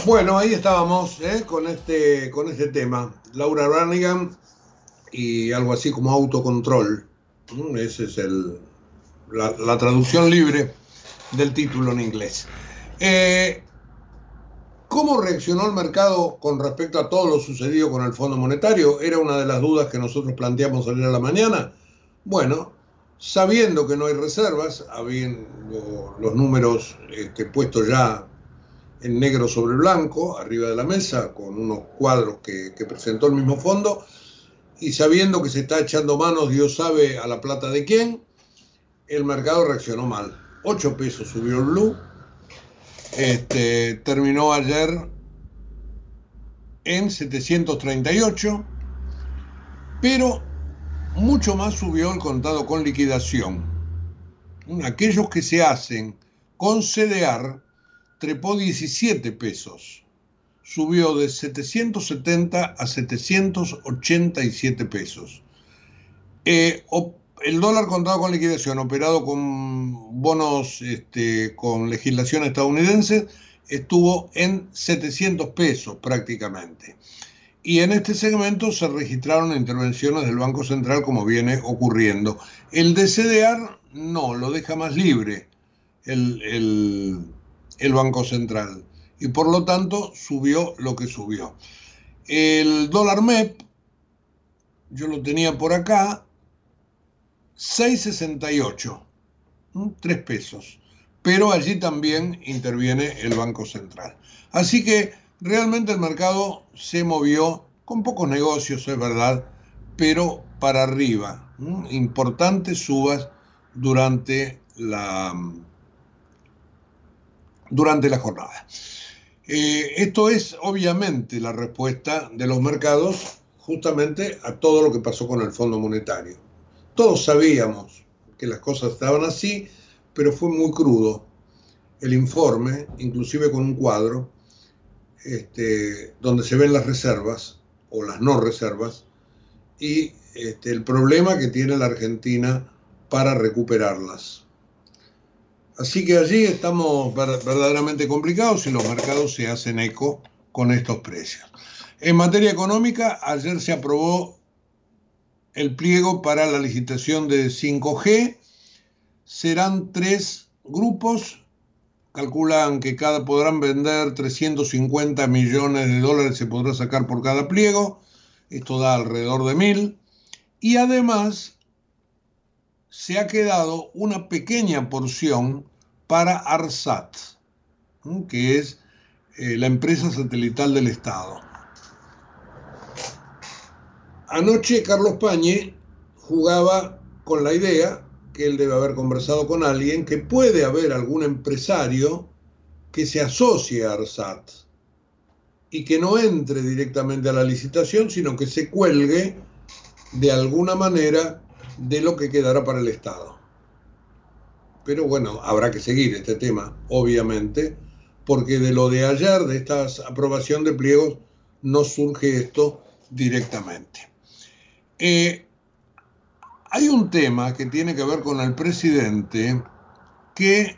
Bueno, ahí estábamos con este tema. Laura Branigan y algo así como autocontrol. Esa es la traducción libre del título en inglés. ¿Cómo reaccionó el mercado con respecto a todo lo sucedido con el Fondo Monetario? Era una de las dudas que nosotros planteamos ayer a la mañana. Bueno, sabiendo que no hay reservas, habiendo los números puestos ya en negro sobre blanco, arriba de la mesa, con unos cuadros que presentó el mismo fondo, y sabiendo que se está echando manos, Dios sabe a la plata de quién, el mercado reaccionó mal. 8 pesos subió el blue. Terminó ayer en 738, pero mucho más subió el contado con liquidación. Aquellos que se hacen con CDR trepó 17 pesos, subió de 770 a 787 pesos. El dólar contado con liquidación operado con bonos con legislación estadounidense estuvo en 700 pesos prácticamente. Y en este segmento se registraron intervenciones del Banco Central como viene ocurriendo. El de CDR no, lo deja más libre el Banco Central. Y por lo tanto subió lo que subió. El dólar MEP, yo lo tenía por acá, 6.68, 3 pesos. Pero allí también interviene el Banco Central. Así que realmente el mercado se movió con pocos negocios, es verdad, pero para arriba. Importantes subas durante la jornada. Esto es obviamente la respuesta de los mercados justamente a todo lo que pasó con el Fondo Monetario. Todos sabíamos que las cosas estaban así, pero fue muy crudo el informe, inclusive con un cuadro donde se ven las reservas o las no reservas y el problema que tiene la Argentina para recuperarlas. Así que allí estamos verdaderamente complicados y los mercados se hacen eco con estos precios. En materia económica, ayer se aprobó el pliego para la licitación de 5G. Serán 3 grupos. Calculan que podrán vender 350 millones de dólares, se podrá sacar por cada pliego. Esto da alrededor de 1.000. Y además se ha quedado una pequeña porción para ARSAT, que es la empresa satelital del Estado. Anoche Carlos Pañi jugaba con la idea, que él debe haber conversado con alguien, que puede haber algún empresario que se asocie a ARSAT y que no entre directamente a la licitación, sino que se cuelgue de alguna manera de lo que quedará para el Estado. Pero bueno, habrá que seguir este tema, obviamente, porque de lo de ayer, de esta aprobación de pliegos, no surge esto directamente. Hay un tema que tiene que ver con el presidente que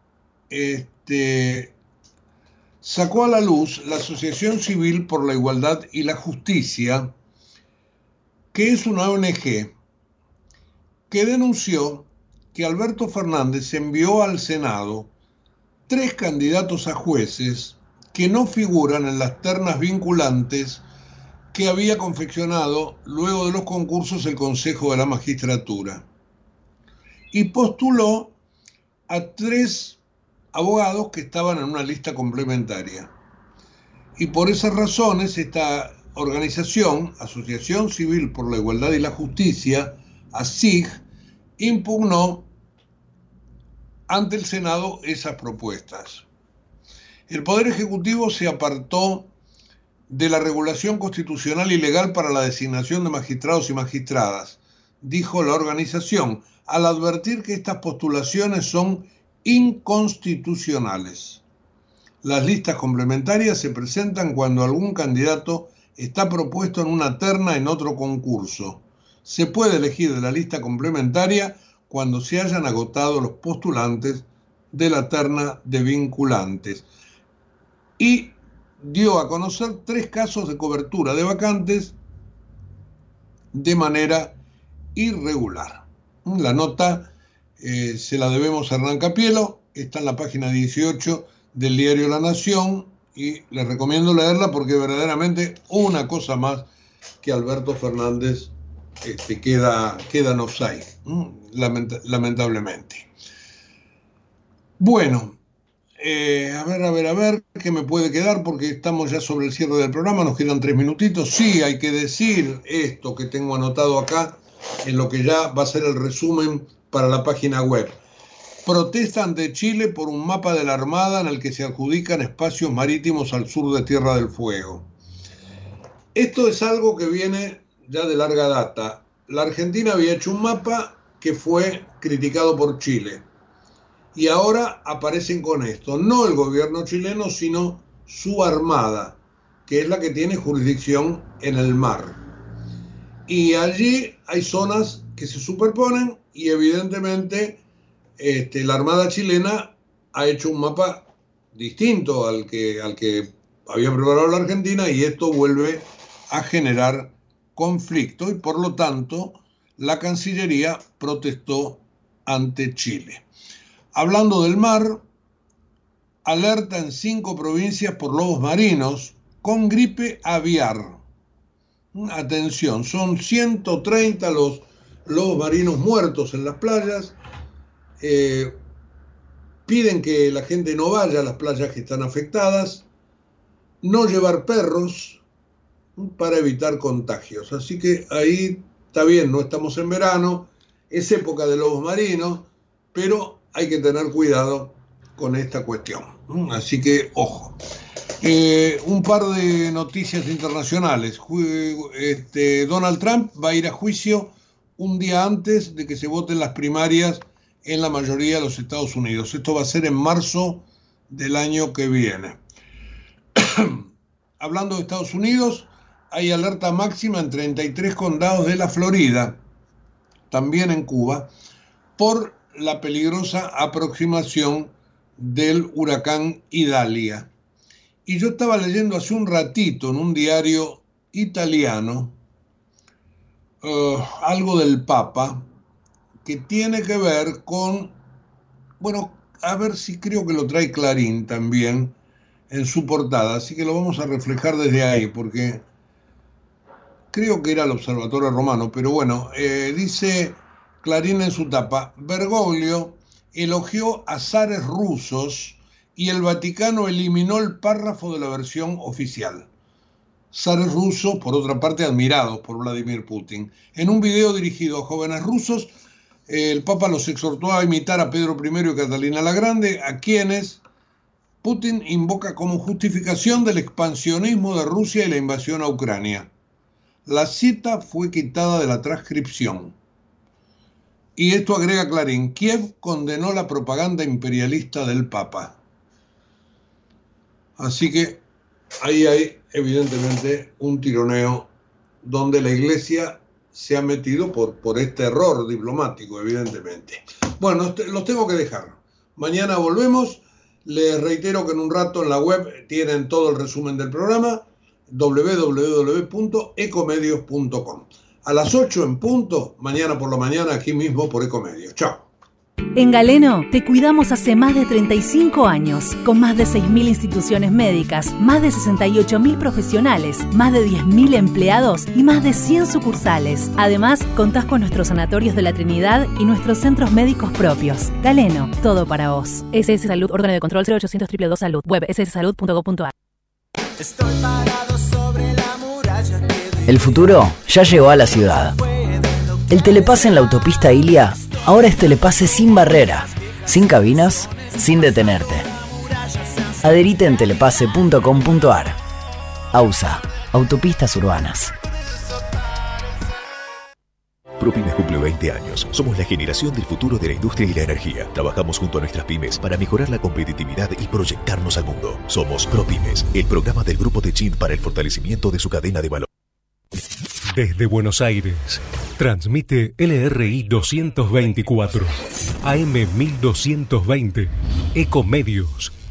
sacó a la luz la Asociación Civil por la Igualdad y la Justicia, que es una ONG que denunció que Alberto Fernández envió al Senado 3 candidatos a jueces que no figuran en las ternas vinculantes que había confeccionado luego de los concursos el Consejo de la Magistratura. Y postuló a 3 abogados que estaban en una lista complementaria. Y por esas razones esta organización, Asociación Civil por la Igualdad y la Justicia, ACIG, impugnó ante el Senado esas propuestas. El Poder Ejecutivo se apartó de la regulación constitucional y legal para la designación de magistrados y magistradas, dijo la organización, al advertir que estas postulaciones son inconstitucionales. Las listas complementarias se presentan cuando algún candidato está propuesto en una terna en otro concurso. Se puede elegir de la lista complementaria cuando se hayan agotado los postulantes de la terna de vinculantes. Y dio a conocer 3 casos de cobertura de vacantes de manera irregular. La nota se la debemos a Hernán Capielo, está en la página 18 del diario La Nación y les recomiendo leerla porque verdaderamente una cosa más que Alberto Fernández queda en offside, lamentablemente. Bueno, a ver, ¿qué me puede quedar? Porque estamos ya sobre el cierre del programa, nos quedan 3 minutitos. Sí, hay que decir esto que tengo anotado acá, en lo que ya va a ser el resumen para la página web. Protesta ante Chile por un mapa de la Armada en el que se adjudican espacios marítimos al sur de Tierra del Fuego. Esto es algo que viene ya de larga data. La Argentina había hecho un mapa que fue criticado por Chile. Y ahora aparecen con esto, no el gobierno chileno, sino su armada, que es la que tiene jurisdicción en el mar. Y allí hay zonas que se superponen y evidentemente la armada chilena ha hecho un mapa distinto al que había preparado la Argentina y esto vuelve a generar conflicto y por lo tanto la Cancillería protestó ante Chile. Hablando del mar, alerta en 5 provincias por lobos marinos con gripe aviar. Atención, son 130 los lobos marinos muertos en las playas. Piden que la gente no vaya a las playas que están afectadas, no llevar perros para evitar contagios. Así que ahí está bien, no estamos en verano, es época de lobos marinos, pero hay que tener cuidado con esta cuestión. Así que, ojo. Un par de noticias internacionales. Donald Trump va a ir a juicio un día antes de que se voten las primarias en la mayoría de los Estados Unidos. Esto va a ser en marzo del año que viene. Hablando de Estados Unidos, hay alerta máxima en 33 condados de la Florida, también en Cuba, por la peligrosa aproximación del huracán Idalia. Y yo estaba leyendo hace un ratito en un diario italiano algo del Papa que tiene que ver con, bueno, a ver si creo que lo trae Clarín también en su portada, así que lo vamos a reflejar desde ahí, porque creo que era el Observatorio Romano, pero bueno, dice Clarín en su tapa, Bergoglio elogió a zares rusos y el Vaticano eliminó el párrafo de la versión oficial. Zares rusos, por otra parte, admirados por Vladimir Putin. En un video dirigido a jóvenes rusos, el Papa los exhortó a imitar a Pedro I y Catalina la Grande, a quienes Putin invoca como justificación del expansionismo de Rusia y la invasión a Ucrania. La cita fue quitada de la transcripción. Y esto agrega Clarín, Kiev condenó la propaganda imperialista del Papa. Así que ahí hay evidentemente un tironeo donde la Iglesia se ha metido por este error diplomático, evidentemente. Bueno, los tengo que dejar. Mañana volvemos. Les reitero que en un rato en la web tienen todo el resumen del programa, www.ecomedios.com. A las 8 en punto, mañana por la mañana, aquí mismo por Ecomedios. Chao. En Galeno te cuidamos hace más de 35 años, con más de 6.000 instituciones médicas, más de 68.000 profesionales, más de 10.000 empleados y más de 100 sucursales. Además, contás con nuestros sanatorios de la Trinidad y nuestros centros médicos propios. Galeno, todo para vos. SS Salud, órgano de control 0800 222 Salud, web sssalud.gov.ar. Estoy parado sobre la muralla que El futuro ya llegó a la ciudad. El telepase en la autopista Ilia ahora es telepase sin barrera, sin cabinas, sin detenerte. Adherite en telepase.com.ar. AUSA, Autopistas Urbanas. ProPymes cumple 20 años. Somos la generación del futuro de la industria y la energía. Trabajamos junto a nuestras pymes para mejorar la competitividad y proyectarnos al mundo. Somos ProPymes, el programa del Grupo Techint para el fortalecimiento de su cadena de valor. Desde Buenos Aires, transmite LRI 224, AM 1220, Ecomedios.